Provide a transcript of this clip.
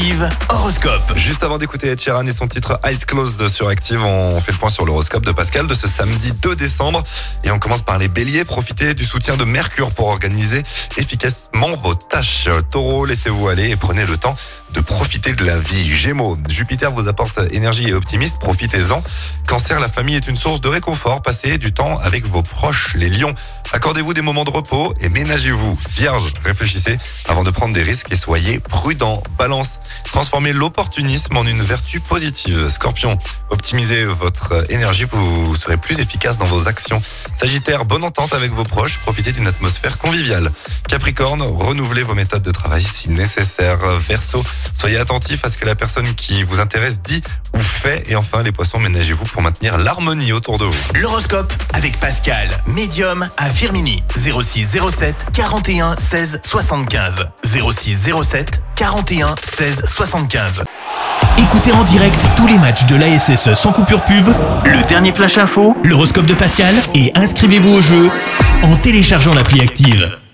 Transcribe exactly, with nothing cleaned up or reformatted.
Active Horoscope. Juste avant d'écouter Ed Sheeran et son titre Eyes Closed sur Active, on fait le point sur l'horoscope de Pascal de ce samedi deux décembre. Et on commence par les béliers. Profitez du soutien de Mercure pour organiser efficacement vos tâches. Taureau, laissez-vous aller et prenez le temps de profiter de la vie. Gémeaux, Jupiter vous apporte énergie et optimisme, profitez-en. Cancer, la famille est une source de réconfort, passez du temps avec vos proches. Les lions, accordez-vous des moments de repos et ménagez-vous. Vierge, réfléchissez avant de prendre des risques et soyez prudent. Balance, transformez l'opportunisme en une vertu positive. Scorpion, optimisez votre énergie, vous serez plus efficace dans vos actions. Sagittaire, bonne entente avec vos proches, profitez d'une atmosphère conviviale. Capricorne, renouvelez vos méthodes de travail si nécessaire. Verseau, soyez attentif à ce que la personne qui vous intéresse dit ou fait. Et enfin, les poissons, ménagez-vous pour maintenir l'harmonie autour de vous. L'horoscope avec Pascal, médium à Firmini. zéro six zéro sept quarante et un seize soixante-quinze. zéro six zéro sept quarante et un seize soixante-quinze. Écoutez en direct tous les matchs de l'A S S sans coupure pub, le dernier flash info, l'horoscope de Pascal et inscrivez-vous au jeu en téléchargeant l'appli Active.